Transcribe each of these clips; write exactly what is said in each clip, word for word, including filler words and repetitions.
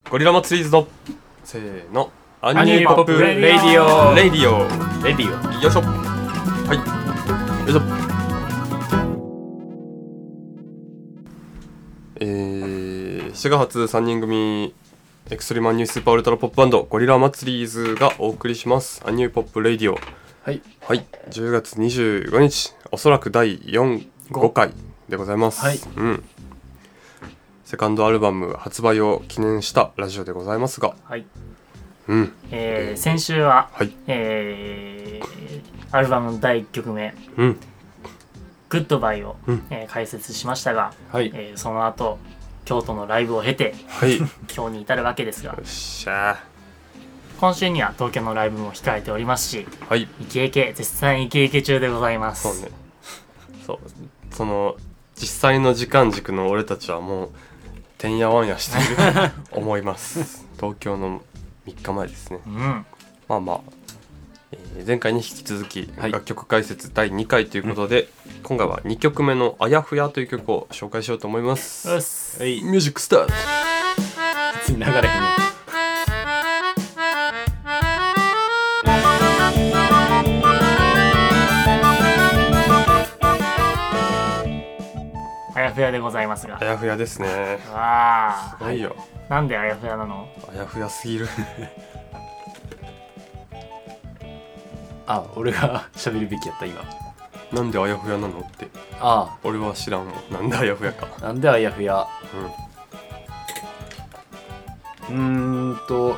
ゴリラ祭りーズのせーのアニューポップレディオレディオレディオよいしょはいよいしょえー、しがはつさんにん組エクストリームアニュースーパーウルトラポップバンドゴリラ祭りーズがお送りしますアニューポップレディオ。 はいはいじゅうがつにじゅうごにちおそらくだいよんじゅうごかいでございます。 はい、 うん、セカンドアルバム発売を記念したラジオでございますが、 はい、 うんえー、先週は、 はい、 えー、アルバムのだいいっきょくめ、 うん、 グッドバイを、 うんえー、解説しましたが、 はいえー、その後京都のライブを経て、 はい、 今日に至るわけですが、 よっしゃ今週には東京のライブも控えておりますし、 はい、 イケイケ絶賛イケイケ中でございます。 そうね、そうその実際の時間軸の俺たちはもうてんやわんやしていると思います東京のみっかまえですね。 うん、 まあまあ、えー、前回に引き続きはい楽曲解説だいにかいということで、うん、今回はにきょくめのあやふやという曲を紹介しようと思います。 うっす、 はい、 ミュージックスタート。 普通に流れへんね。 あやふやでございますが、 あやふやですね。 わすごいよ。 なんであやふやなの？ あやふやすぎるあ、俺が喋るべきやった今。 なんであやふやなのってあ俺は知らんもん。なんであやふやか。 あ、なんであやふや。 うんうーんと、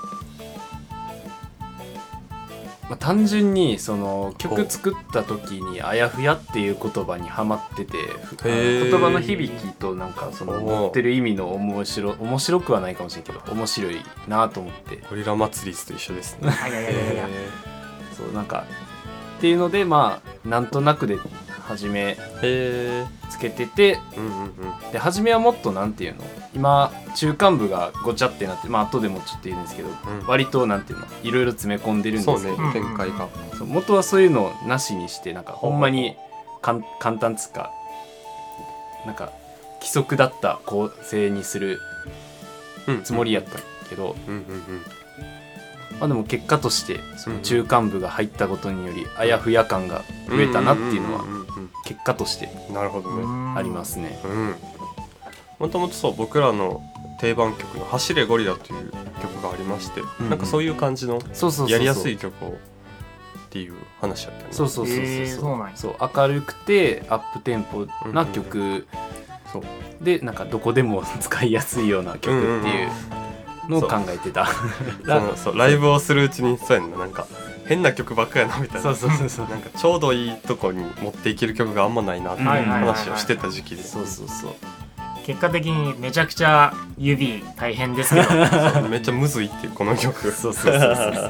まあ、単純にその曲作った時にあやふやっていう言葉にハマってて、 ー言葉の響きとなんかその持ってる意味の面白面白くはないかもしれんけど面白いなと思って、 ゴリラ祭りと一緒ですねいやいやいやいや、 そうなんかっていうのでまあなんとなくで初めへつけてて、 うんうんうん、 で初めはもっとなんていうの、今中間部がごちゃってなって、まあ後でもちょっと言うんですけど、うん、割となんていうのいろいろ詰め込んでるんですけど、 そうね、展開が、 そう元はそういうのなしにしてなんかほんまにかん簡単つかなんか規則だった構成にするつもりやったけど、 うんうんうん、 まあでも結果としてその中間部が入ったことによりあやふや感が増えたなっていうのは結果としてなるほどねありますね。 もともとそう僕らの定番曲の走れゴリラという曲がありまして、うんうん、なんかそういう感じのやりやすい曲をっていう話だったね。 そうそうそうそう、 えー、そうなんや。 そう明るくてアップテンポな曲、うんうん、そうでなんかどこでも使いやすいような曲っていうのを考えてた。 そうそうライブをするうちにそうやんな、なんか変な曲ばっかやなみたいな。 そうそうそうそう、 なんかちょうどいいとこに持っていける曲があんまないなっていう話をしてた時期で、 そうそうそう、 結果的にめちゃくちゃ指大変ですけどめっちゃむずいっていうこの曲。 そうそうそうそう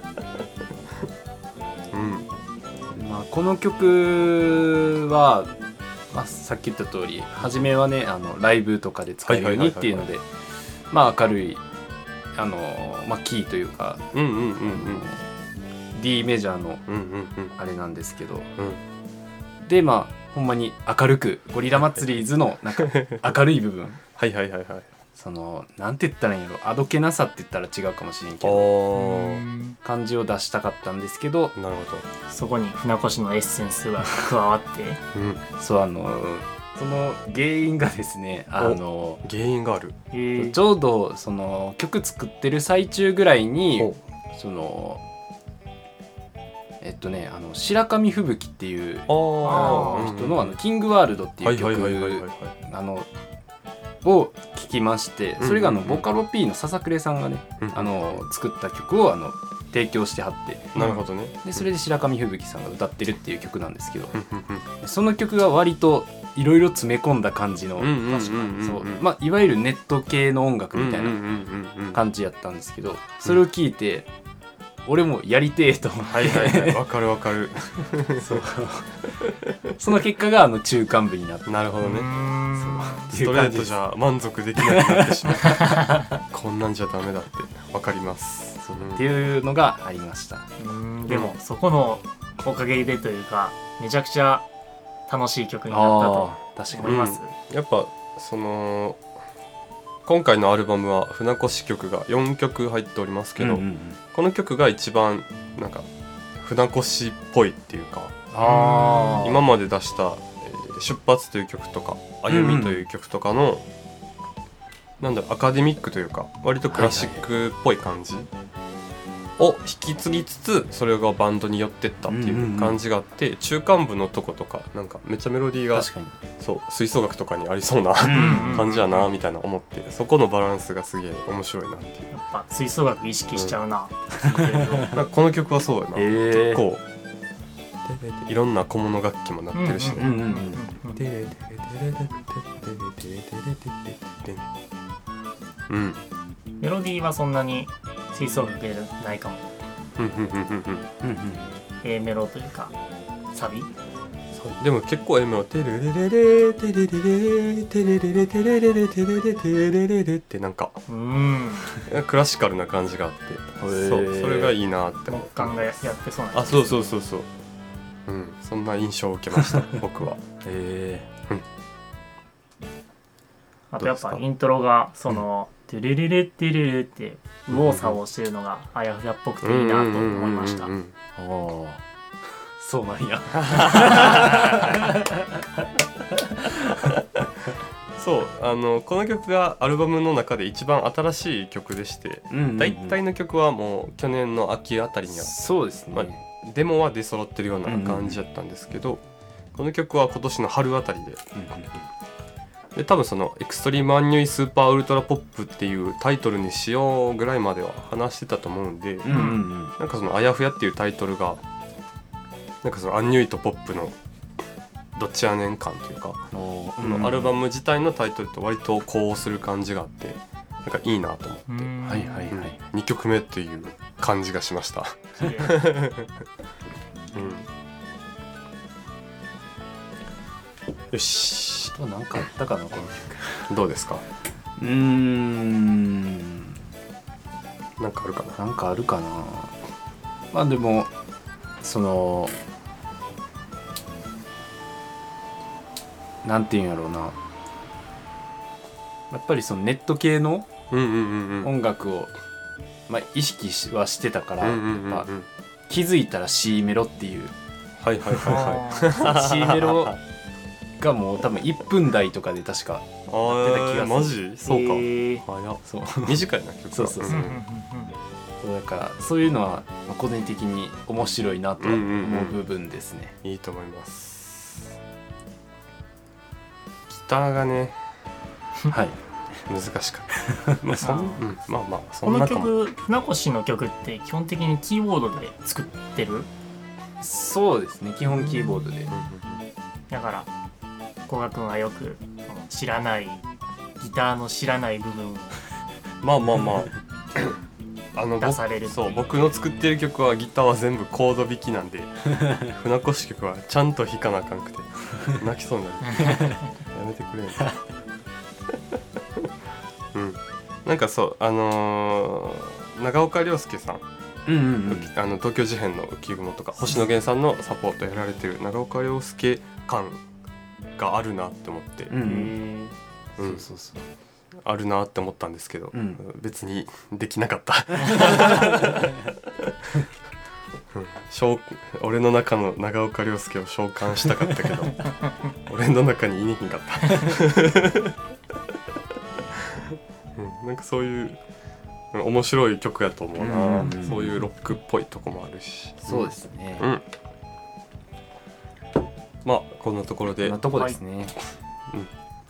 うん、まあこの曲は、まあ、さっき言った通り初めはねあのライブとかで使えるようにっていうので、まあ明るいあの、まあ、キーというか、 うんうんうんうん、 D メジャーのうんうんうんあれなんですけど、 うん、 でまあほんまに明るくゴリラ祭りーズのなんか明るい部分はいはいはいはい、 そのなんて言ったらいいんやろ、あどけなさって言ったら違うかもしれんけど感じを出したかったんですけど、 なるほど、 そこに船越のエッセンスが加わって、 うん、 そうあのその原因がですね、あの原因がある、 えー、 ちょうどその曲作ってる最中ぐらいにそのえっとねあの白神吹雪っていうあの人のあのキングワールドっていう曲あのを聴きまして、それがあのボカロ P の笹暮さんがね、うん、あの作った曲をあの提供してはって、 なるほどね、 でそれで白神吹雪さんが歌ってるっていう曲なんですけど、その曲が割といろいろ詰め込んだ感じの、まあいわゆるネット系の音楽みたいな感じやったんですけど、それを聞いて俺もやりてえと思って、 はいはいはい、わかるわかるそうその結果があの中間部になった。 なるほどね、そうストレートじゃ満足できなくなってしまったこんなんじゃダメだってわかります。 そう、うん、っていうのがありました。 うーんでも、うん、そこのおかげでというかめちゃくちゃ楽しい曲になったと思います、 うん、やっぱその今回のアルバムは船越曲がよんきょく入っておりますけど、うんうんうん、この曲が一番なんか船越っぽいっていうか、あ今まで出した、えー、出発という曲とか歩みという曲とかの、うん、なんだろうアカデミックというか割とクラシックっぽい感じを引き継ぎつつそれがバンドに寄ってったっていう感じがあって、うんうんうん、中間部のとことかなんかめっちゃメロディーがそう吹奏楽とかにありそうな感じやなみたいな思ってそこのバランスがすげえ面白いなっていう。 やっぱ吹奏楽意識しちゃうな、 うん、この曲はそうやな、えー、結構いろんな小物楽器も鳴ってるしね。 メロディーはそんなに吹奏楽でないかも。A メロというかサビでも結構 A メロテレレレレテレレレテレレレテレレレテレレテレレレってなんかうんクラシカルな感じがあってそうそれがいいなって木管がやってそうな、 あそうそうそうそう、うん、そんな印象を受けました僕は。へえ、うん、 あとやっぱイントロがその、うん、テレレレテレレって右往左往してるのがあやふやっぽくていいなと思いました。 そうなんやそうあのこの曲がアルバムの中で一番新しい曲でして、うんうんうん、大体の曲はもう去年の秋あたりにはそうですね、まあ、 デモは出揃ってるような感じだったんですけど、うんうん、この曲は今年の春あたりで、うんうん、で多分そのエクストリームアンニュイスーパーウルトラポップっていうタイトルにしようぐらいまでは話してたと思うんで、うんうんうん、なんかそのあやふやっていうタイトルがなんかそのアンニュイとポップのどっちやねん感というか、このアルバム自体のタイトルと割と呼応する感じがあってなんかいいなと思って、はいはいはい、にきょくめっていう感じがしました、うん、よしとなんかあったかなこの曲どうですか。 うーんなんかあるかななんかあるかな。まあでもそのなんていうんやろうな、やっぱりそのネット系の音楽を、まあ、意識はしてたから、まあ、気づいたら C メロっていう、 はいはいはいはい、 C メロがもう多分いっぷん台とかで確か出た気がする。 マジそうか、えー、早そう短いな曲がそうそうそう、うんそうだからそういうのは個人的に面白いなと思う部分ですね、 うんうんうん、いいと思います。ギターがねはい難しかったまあそん、うん、まあまあそんなかも。 この曲船越の曲って基本的にキーボードで作ってる。 そうですね基本キーボードで、うん、 だから古賀君はよく知らないギターの知らない部分をまあまあまああの出される。そう僕の作ってる曲はギターは全部コード弾きなんで船越曲はちゃんと弾かなあかんくて泣きそうになるやめてくれんうんなんかそうあのー、長岡亮介さん、うんうんうん、あの東京事変の浮雲とか星野源さんのサポートやられてる長岡亮介感があるなって思って、うんうん、そうそうそうあるなって思ったんですけど、うん、別にできなかった俺の中の長岡亮介を召喚したかったけど俺の中にいにひんかった、うん、なんかそういう面白い曲やと思うな、うん、そういうロックっぽいとこもあるし、 そうですね、 うん、まあこんなところでこんなとこですね、はい、うん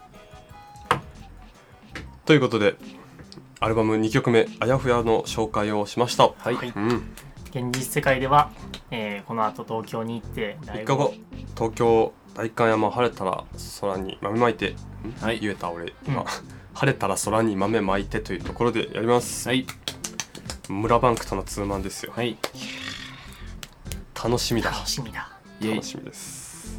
ということでアルバムにきょくめあやふやの紹介をしました。はい、はい、うん、 現実世界では、えー、この後東京に行ってライブをみっかご東京代官山晴れたら空に豆まいて、はい、言えた俺今、うん、晴れたら空に豆まいてというところでやります。はい、村バンクとのツーマンですよ。はい、楽しみだ楽しみだ楽しみです。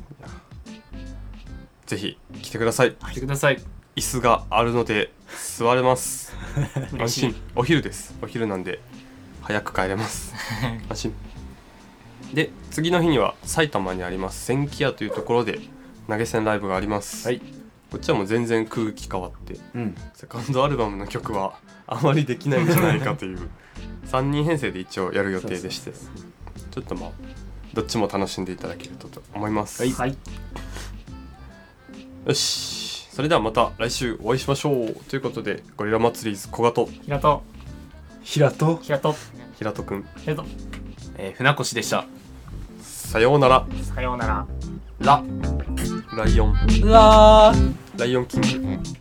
ぜひ来てください。 来てください。 椅子があるので座れます安心。お昼ですお昼なんで早く帰れます安心で次の日には埼玉にあります千木屋というところで投げ銭ライブがあります。はい、 こっちはもう全然空気変わって、 うん、 セカンドアルバムの曲はあまりできないんじゃないかというさんにん編成で一応やる予定でして、ちょっとまあどっちも楽しんでいただけるとと思います。 はい、 よし、それではまた来週お会いしましょうということで、ゴリラ祭りズ小賀と平戸平戸平戸平戸くん、 平戸、 えー、船越でした。 さようなら。 さようなら。 ラライオンラーライオンキング。